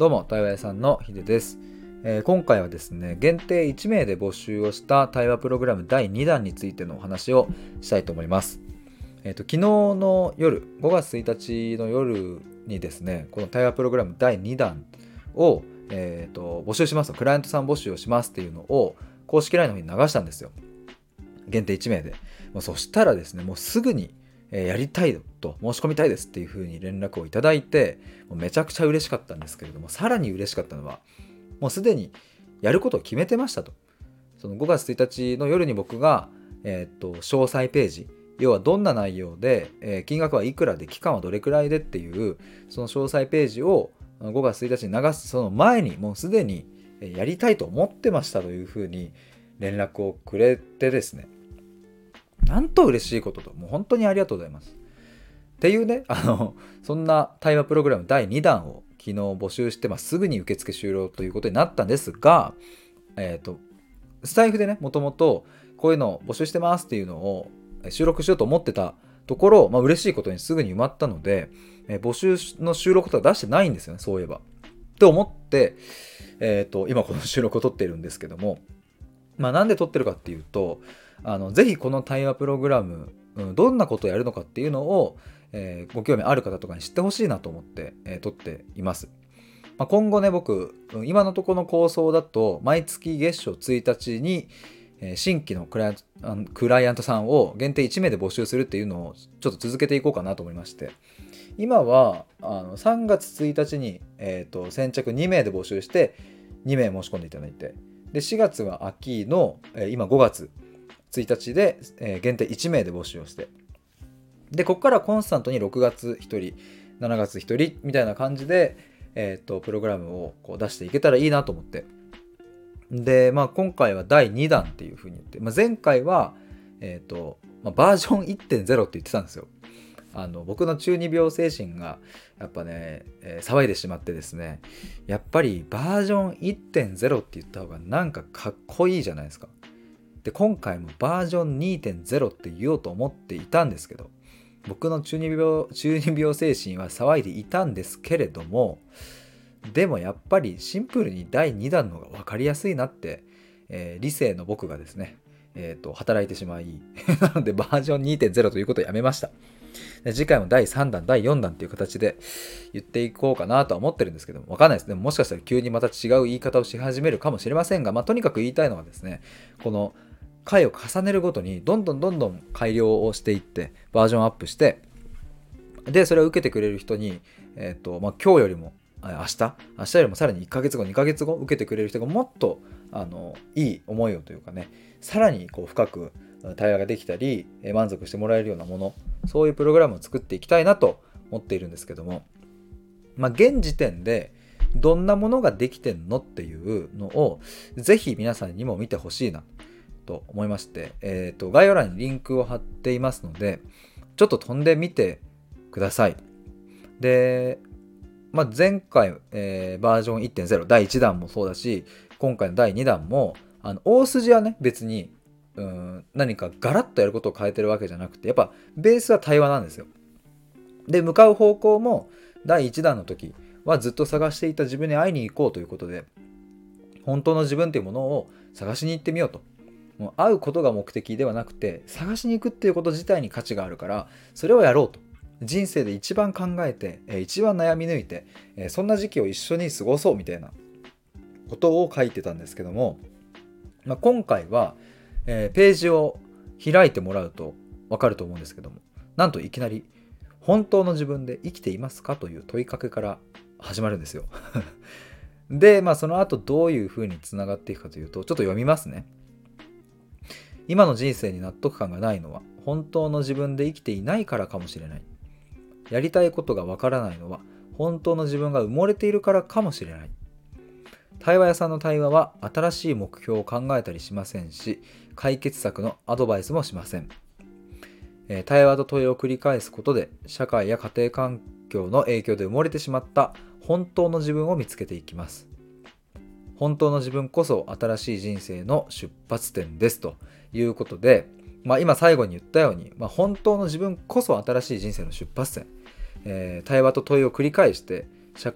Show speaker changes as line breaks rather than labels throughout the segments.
どうも、対話屋さんのヒデです。今回はですね、限定1名で募集をした対話プログラム第2弾についてのお話をしたいと思います。昨日の夜、5月1日の夜にですね、この対話プログラム第2弾を、募集しますと、クライアントさん募集をしますっていうのを公式 LINE の方に流したんですよ。限定1名で。そしたらですね、もうすぐにやりたいと申し込みたいですっていう風に連絡をいただいて、もうめちゃくちゃ嬉しかったんですけれども、さらに嬉しかったのはもうすでにやることを決めてましたと。その5月1日の夜に僕が、詳細ページ、要はどんな内容で、金額はいくらで期間はどれくらいでっていうその詳細ページを5月1日に流すその前にもうすでにやりたいと思ってましたという風に連絡をくれてですね、なんと嬉しいことと、もう本当にありがとうございます。っていうね、そんな対話プログラム第2弾を昨日募集して、すぐに受付終了ということになったんですが、スタイフでね、もともとこういうのを募集してますっていうのを収録しようと思ってたところ、嬉しいことにすぐに埋まったので、募集の収録とか出してないんですよね、そういえば。って思って、今この収録を撮っているんですけども、なんで撮ってるかっていうと、ぜひこの対話プログラム、どんなことをやるのかっていうのを、ご興味ある方とかに知ってほしいなと思って、撮っています。今後ね、僕今のところの構想だと毎月月初1日に新規のクライアントさんを限定1名で募集するっていうのをちょっと続けていこうかなと思いまして、今は3月1日に、先着2名で募集して2名申し込んでいただいて、で4月は秋の、今5月1日で、限定1名で募集をして、でここからコンスタントに6月1人7月1人みたいな感じで、プログラムをこう出していけたらいいなと思って、で、今回は第2弾っていう風に言って、前回は、バージョン 1.0 って言ってたんですよ。僕の中二病精神がやっぱね、騒いでしまってですね、やっぱりバージョン 1.0 って言った方がなんかかっこいいじゃないですか。で今回もバージョン 2.0 って言おうと思っていたんですけど、僕の中二病精神は騒いでいたんですけれども、でもやっぱりシンプルに第2弾の方が分かりやすいなって、理性の僕がですね、働いてしまいなのでバージョン 2.0 ということをやめました。で次回も第3弾第4弾という形で言っていこうかなとは思ってるんですけども、分かんないですね。もしかしたら急にまた違う言い方をし始めるかもしれませんが、とにかく言いたいのはですね、この回を重ねるごとにどんどん改良をしていってバージョンアップして、でそれを受けてくれる人に、今日よりも明日よりもさらに1ヶ月後2ヶ月後受けてくれる人がもっといい思いをというかね、さらにこう深く対話ができたり満足してもらえるようなもの、そういうプログラムを作っていきたいなと思っているんですけども、現時点でどんなものができてんのっていうのをぜひ皆さんにも見てほしいなと思いまして、概要欄にリンクを貼っていますので、ちょっと飛んでみてください。で、前回、バージョン 1.0 第1弾もそうだし、今回の第2弾も大筋はね別に何かガラッとやることを変えてるわけじゃなくて、やっぱベースは対話なんですよ。で向かう方向も第1弾の時はずっと探していた自分に会いに行こうということで、本当の自分というものを探しに行ってみようと。もう会うことが目的ではなくて探しに行くっていうこと自体に価値があるから、それをやろうと。人生で一番考えて一番悩み抜いてそんな時期を一緒に過ごそうみたいなことを書いてたんですけども、今回はページを開いてもらうと分かると思うんですけども、なんといきなり本当の自分で生きていますかという問いかけから始まるんですよで、その後どういうふうにつながっていくかというと、ちょっと読みますね。今の人生に納得感がないのは本当の自分で生きていないからかもしれない。やりたいことがわからないのは本当の自分が埋もれているからかもしれない。対話屋さんの対話は新しい目標を考えたりしませんし、解決策のアドバイスもしません。対話と問いを繰り返すことで社会や家庭環境の影響で埋もれてしまった本当の自分を見つけていきます。本当の自分こそ新しい人生の出発点ですということで、今最後に言ったように、本当の自分こそ新しい人生の出発点、対話と問いを繰り返して社会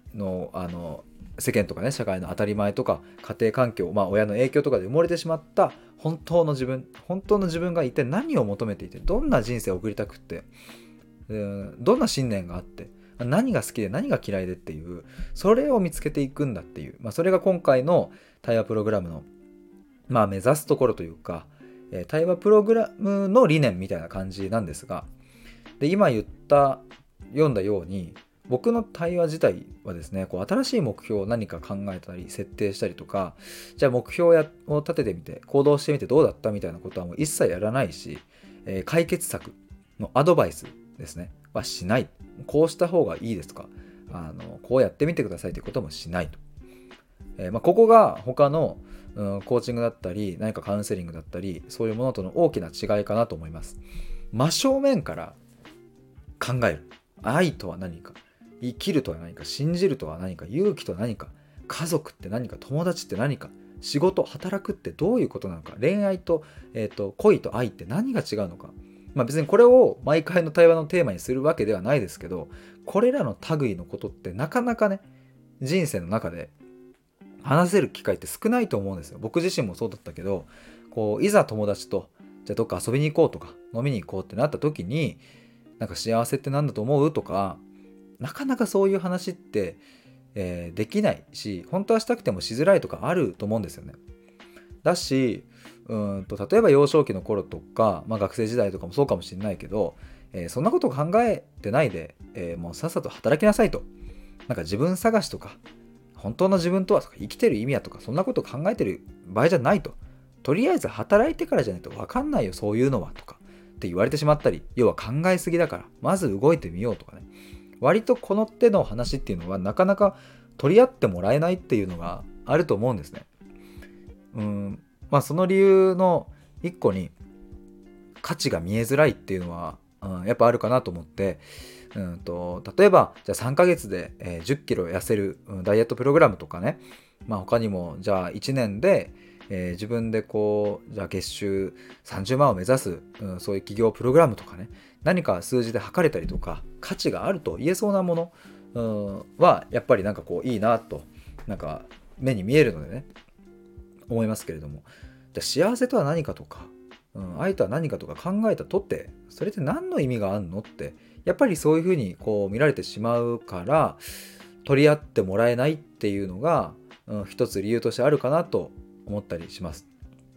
の世間とかね、社会の当たり前とか家庭環境、親の影響とかで埋もれてしまった本当の自分が一体何を求めていて、どんな人生を送りたくって、どんな信念があって、何が好きで何が嫌いでっていう、それを見つけていくんだっていう、それが今回の対話プログラムの、目指すところというか、対話プログラムの理念みたいな感じなんですが、で今読んだように、僕の対話自体はですね、新しい目標を何か考えたり設定したりとか、じゃあ目標を立ててみて行動してみてどうだったみたいなことはもう一切やらないし、解決策のアドバイスですねはしない。こうした方がいいですとか、こうやってみてくださいということもしないと。ここが他の、コーチングだったり何かカウンセリングだったり、そういうものとの大きな違いかなと思います。真正面から考える。愛とは何か、生きるとは何か、信じるとは何か、勇気とは何か、家族って何か、友達って何か、仕事、働くってどういうことなのか、恋愛と、恋と愛って何が違うのか。別にこれを毎回の対話のテーマにするわけではないですけど、これらの類のことってなかなかね、人生の中で話せる機会って少ないと思うんですよ。僕自身もそうだったけど、いざ友達とじゃあどっか遊びに行こうとか飲みに行こうってなった時に、なんか幸せって何だと思うとか、なかなかそういう話って、できないし、本当はしたくてもしづらいとかあると思うんですよね。だし、例えば幼少期の頃とか、学生時代とかもそうかもしれないけど、そんなことを考えてないで、もうさっさと働きなさいと。なんか自分探しとか、本当の自分とはとか、生きてる意味やとか、そんなことを考えてる場合じゃないと。とりあえず働いてからじゃないと分かんないよ、そういうのはとかって言われてしまったり、要は考えすぎだからまず動いてみようとかね、割とこの手の話っていうのはなかなか取り合ってもらえないっていうのがあると思うんですね。その理由の一個に価値が見えづらいっていうのは、やっぱあるかなと思って、例えばじゃあ3ヶ月で10キロ痩せるダイエットプログラムとかね、他にもじゃあ1年で自分でじゃあ月収30万を目指す、そういう企業プログラムとかね、何か数字で測れたりとか価値があると言えそうなもの、はやっぱりなんかいいなと、なんか目に見えるのでね、思いますけれども、じゃあ幸せとは何かとか、愛とは何かとか考えたとって、それって何の意味があるのって、やっぱりそういうふうに見られてしまうから取り合ってもらえないっていうのが、一つ理由としてあるかなと思ったりします。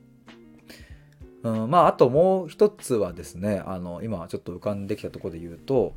あともう一つはですね、今ちょっと浮かんできたところで言うと、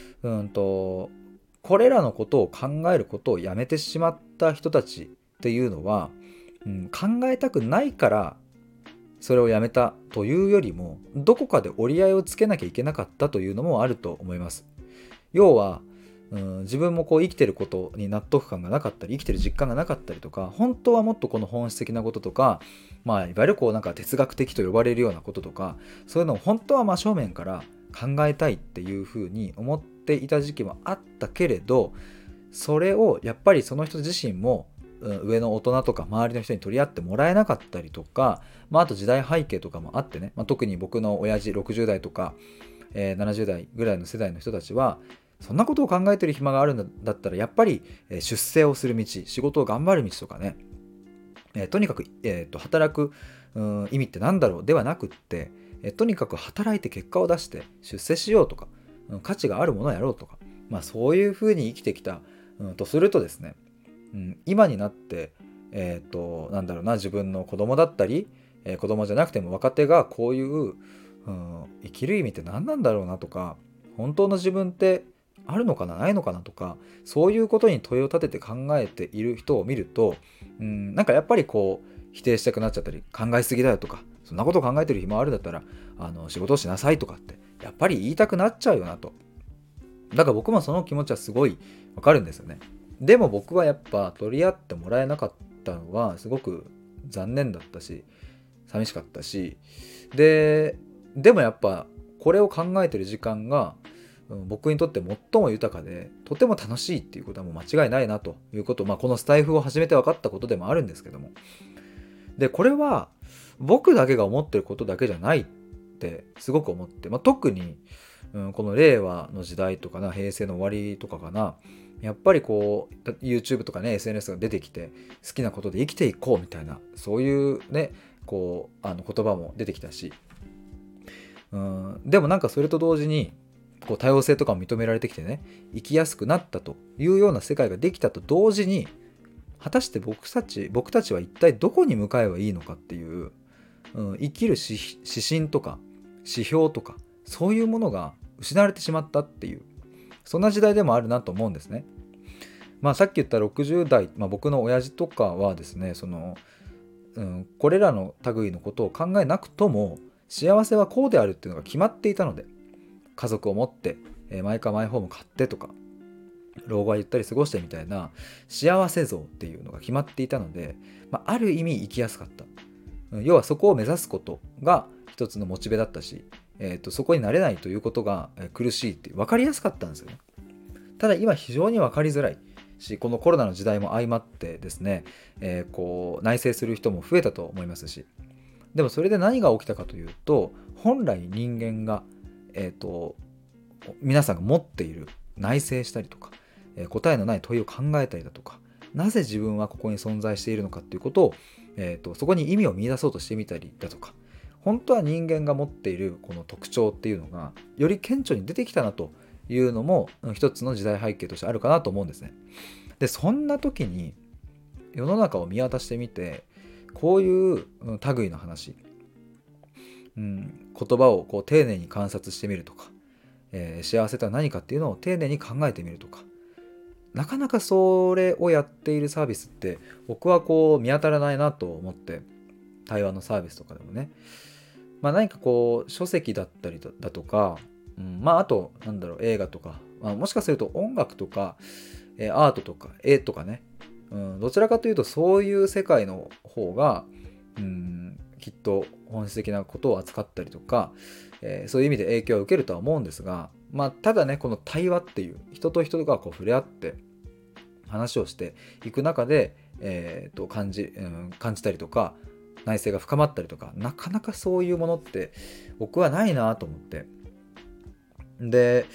これらのことを考えることをやめてしまった人たちっていうのは、考えたくないからそれをやめたというよりも、どこかで折り合いをつけなきゃいけなかったというのもあると思います。要は、自分も生きてることに納得感がなかったり、生きてる実感がなかったりとか、本当はもっとこの本質的なこととか、いわゆるなんか哲学的と呼ばれるようなこととか、そういうのを本当は真正面から考えたいっていうふうに思っていた時期もあったけれど、それをやっぱりその人自身も上の大人とか周りの人に取り合ってもらえなかったりとか、あと時代背景とかもあってね、特に僕の親父60代とか、70代ぐらいの世代の人たちは、そんなことを考えてる暇があるんだったらやっぱり出世をする道、仕事を頑張る道とかね、とにかく、働く意味って何だろうではなくって、とにかく働いて結果を出して出世しようとか、価値があるものをやろうとか、そういうふうに生きてきた、とするとですね、今になって、なんだろうな、自分の子供だったり、子供じゃなくても若手がこういう、生きる意味って何なんだろうなとか、本当の自分ってあるのかなないのかなとか、そういうことに問いを立てて考えている人を見ると、なんかやっぱり否定したくなっちゃったり、考えすぎだよとか、そんなことを考えてる暇あるんだったら仕事をしなさいとかってやっぱり言いたくなっちゃうよなと。だから僕もその気持ちはすごいわかるんですよね。でも僕はやっぱ取り合ってもらえなかったのはすごく残念だったし、寂しかったし、でもやっぱこれを考えてる時間が僕にとって最も豊かでとても楽しいっていうことはもう間違いないなということを、このスタイフを始めて分かったことでもあるんですけども、でこれは僕だけが思ってることだけじゃないってすごく思って、特に、この令和の時代とかな、平成の終わりとかかな、 やっぱりこう YouTube とかね SNS が出てきて好きなことで生きていこうみたいなそういうねこう言葉も出てきたし、でもなんかそれと同時にこう多様性とかも認められてきてね生きやすくなったというような世界ができたと同時に果たして僕たちは一体どこに向かえばいいのかっていう、生きる指針とか指標とかそういうものが失われてしまったっていうそんな時代でもあるなと思うんですね。さっき言った60代、僕の親父とかはですねこれらの類のことを考えなくとも幸せはこうであるっていうのが決まっていたので家族を持って、マイカーマイホーム買ってとか老後はゆったり過ごしてみたいな幸せ像っていうのが決まっていたので、ある意味生きやすかった。要はそこを目指すことが一つのモチベだったし、そこになれないということが苦しいって分かりやすかったんですよね。ただ今非常に分かりづらいし、このコロナの時代も相まってですね、こう内省する人も増えたと思いますし、でもそれで何が起きたかというと、本来人間が、皆さんが持っている内省したりとか、答えのない問いを考えたりだとか、なぜ自分はここに存在しているのかっていうことを、そこに意味を見出そうとしてみたりだとか、本当は人間が持っているこの特徴っていうのがより顕著に出てきたなというのも一つの時代背景としてあるかなと思うんですね。でそんな時に世の中を見渡してみて、こういう類の話、言葉をこう丁寧に観察してみるとか、幸せとは何かっていうのを丁寧に考えてみるとか、なかなかそれをやっているサービスって僕はこう見当たらないなと思って、対話のサービスとかでもね、何かこう書籍だったりだとか、あと映画とか、もしかすると音楽とか、アートとか絵とかね、どちらかというとそういう世界の方が、きっと本質的なことを扱ったりとか、そういう意味で影響を受けるとは思うんですが、ただねこの対話っていう人と人がこう触れ合って話をしていく中で、感じたりとか内省が深まったりとか、なかなかそういうものって僕はないなと思って、で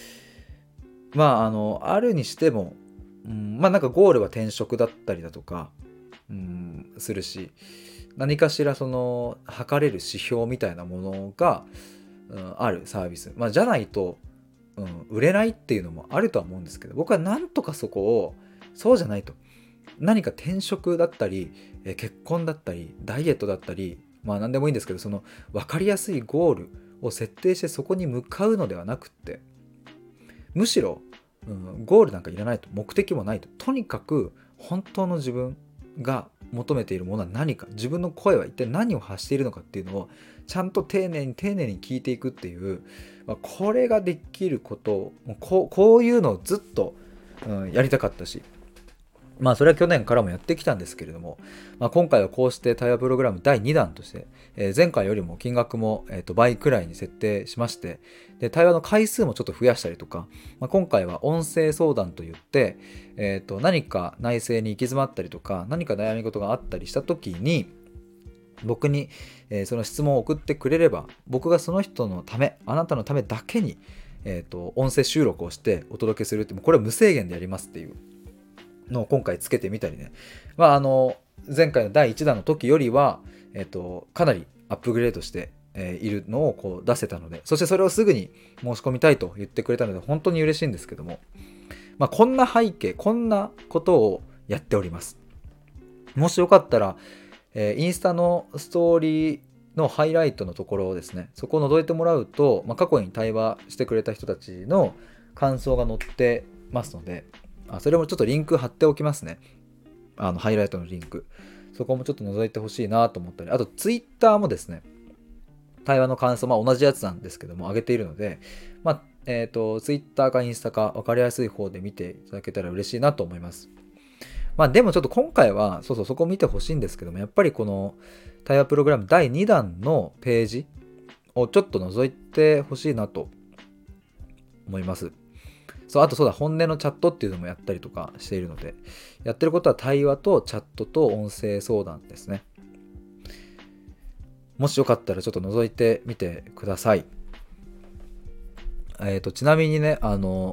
あるにしても、なんかゴールは転職だったりだとか、するし、何かしらその測れる指標みたいなものが、あるサービス、じゃないと、売れないっていうのもあるとは思うんですけど、僕はなんとかそこをそうじゃないと、何か転職だったり結婚だったりダイエットだったり、何でもいいんですけど、その分かりやすいゴールを設定してそこに向かうのではなくって、むしろ、ゴールなんかいらないと、目的もないと、とにかく本当の自分が求めているものは何か、自分の声は一体何を発しているのかっていうのをちゃんと丁寧に聞いていくっていう、これができることをこういうのをずっと、やりたかったし、それは去年からもやってきたんですけれども、今回はこうして対話プログラム第2弾として、前回よりも金額も、倍くらいに設定しまして、で対話の回数もちょっと増やしたりとか、今回は音声相談といって、何か内省に行き詰まったりとか、何か悩み事があったりした時に僕に、その質問を送ってくれれば、僕がその人のため、あなたのためだけに、音声収録をしてお届けするって、これは無制限でやりますっていうのを今回つけてみたりね、前回の第1弾の時よりは、かなりアップグレードしているのをこう出せたので、そしてそれをすぐに申し込みたいと言ってくれたので本当に嬉しいんですけども、こんな背景、こんなことをやっております。もしよかったら、インスタのストーリーのハイライトのところをですね、そこを覗いてもらうと、過去に対話してくれた人たちの感想が載ってますので、それもちょっとリンク貼っておきますね。ハイライトのリンク。そこもちょっと覗いてほしいなと思ったり、あとツイッターもですね、対話の感想、同じやつなんですけども、上げているので、ツイッターかインスタか分かりやすい方で見ていただけたら嬉しいなと思います。でもちょっと今回は、そこ見てほしいんですけども、やっぱりこの対話プログラム第2弾のページをちょっと覗いてほしいなと思います。あと本音のチャットっていうのもやったりとかしているので、やってることは対話とチャットと音声相談ですね。もしよかったらちょっと覗いてみてください。ちなみにね、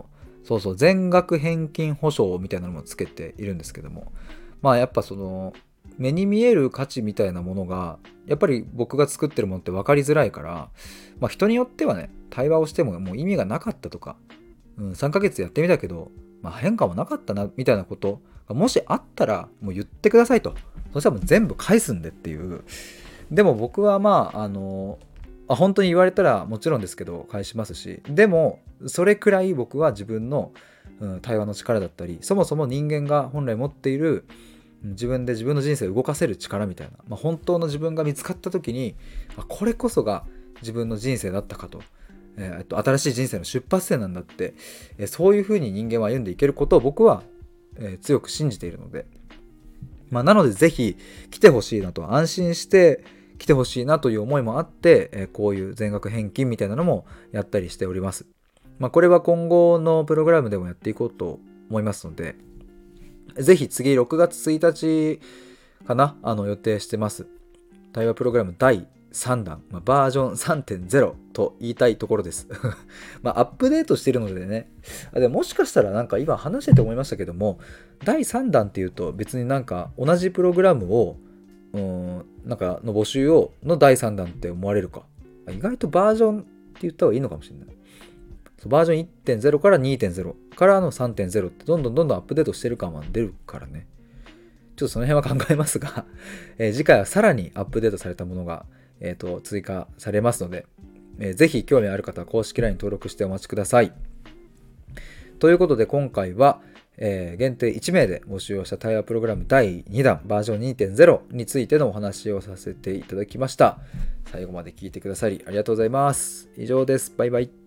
そうそう、全額返金保証みたいなのもつけているんですけども、まあやっぱその目に見える価値みたいなものがやっぱり僕が作ってるものって分かりづらいから、まあ、人によってはね対話をしてももう意味がなかったとか、3ヶ月やってみたけど、まあ、変化もなかったなみたいなことがもしあったらもう言ってくださいと。そしたらもう全部返すんでっていう。でも僕はまあ本当に言われたらもちろんですけど返しますし、でもそれくらい僕は自分の、対話の力だったり、そもそも人間が本来持っている自分で自分の人生を動かせる力みたいな、本当の自分が見つかった時にこれこそが自分の人生だったかと、新しい人生の出発点なんだって、そういうふうに人間は歩んでいけることを僕は、強く信じているので、なのでぜひ来てほしいなと、安心して来てほしいなという思いもあって、こういう全額返金みたいなのもやったりしております。これは今後のプログラムでもやっていこうと思いますので、ぜひ次6月1日かな、予定してます。対話プログラム第3弾、バージョン 3.0 と言いたいところです。アップデートしているのでね。でもしかしたらなんか今話してて思いましたけども、第3弾っていうと別になんか同じプログラムをなんかの募集をの第3弾って思われるか。意外とバージョンって言った方がいいのかもしれない。バージョン 1.0 から 2.0 からの 3.0 ってどんどんアップデートしてる感は出るからね。ちょっとその辺は考えますが、次回はさらにアップデートされたものが、追加されますので、ぜひ興味ある方は公式 LINE 登録してお待ちください。ということで今回は、限定1名で募集をした対話プログラム第2弾バージョン 2.0 についてのお話をさせていただきました。最後まで聞いてくださりありがとうございます。以上です。バイバイ。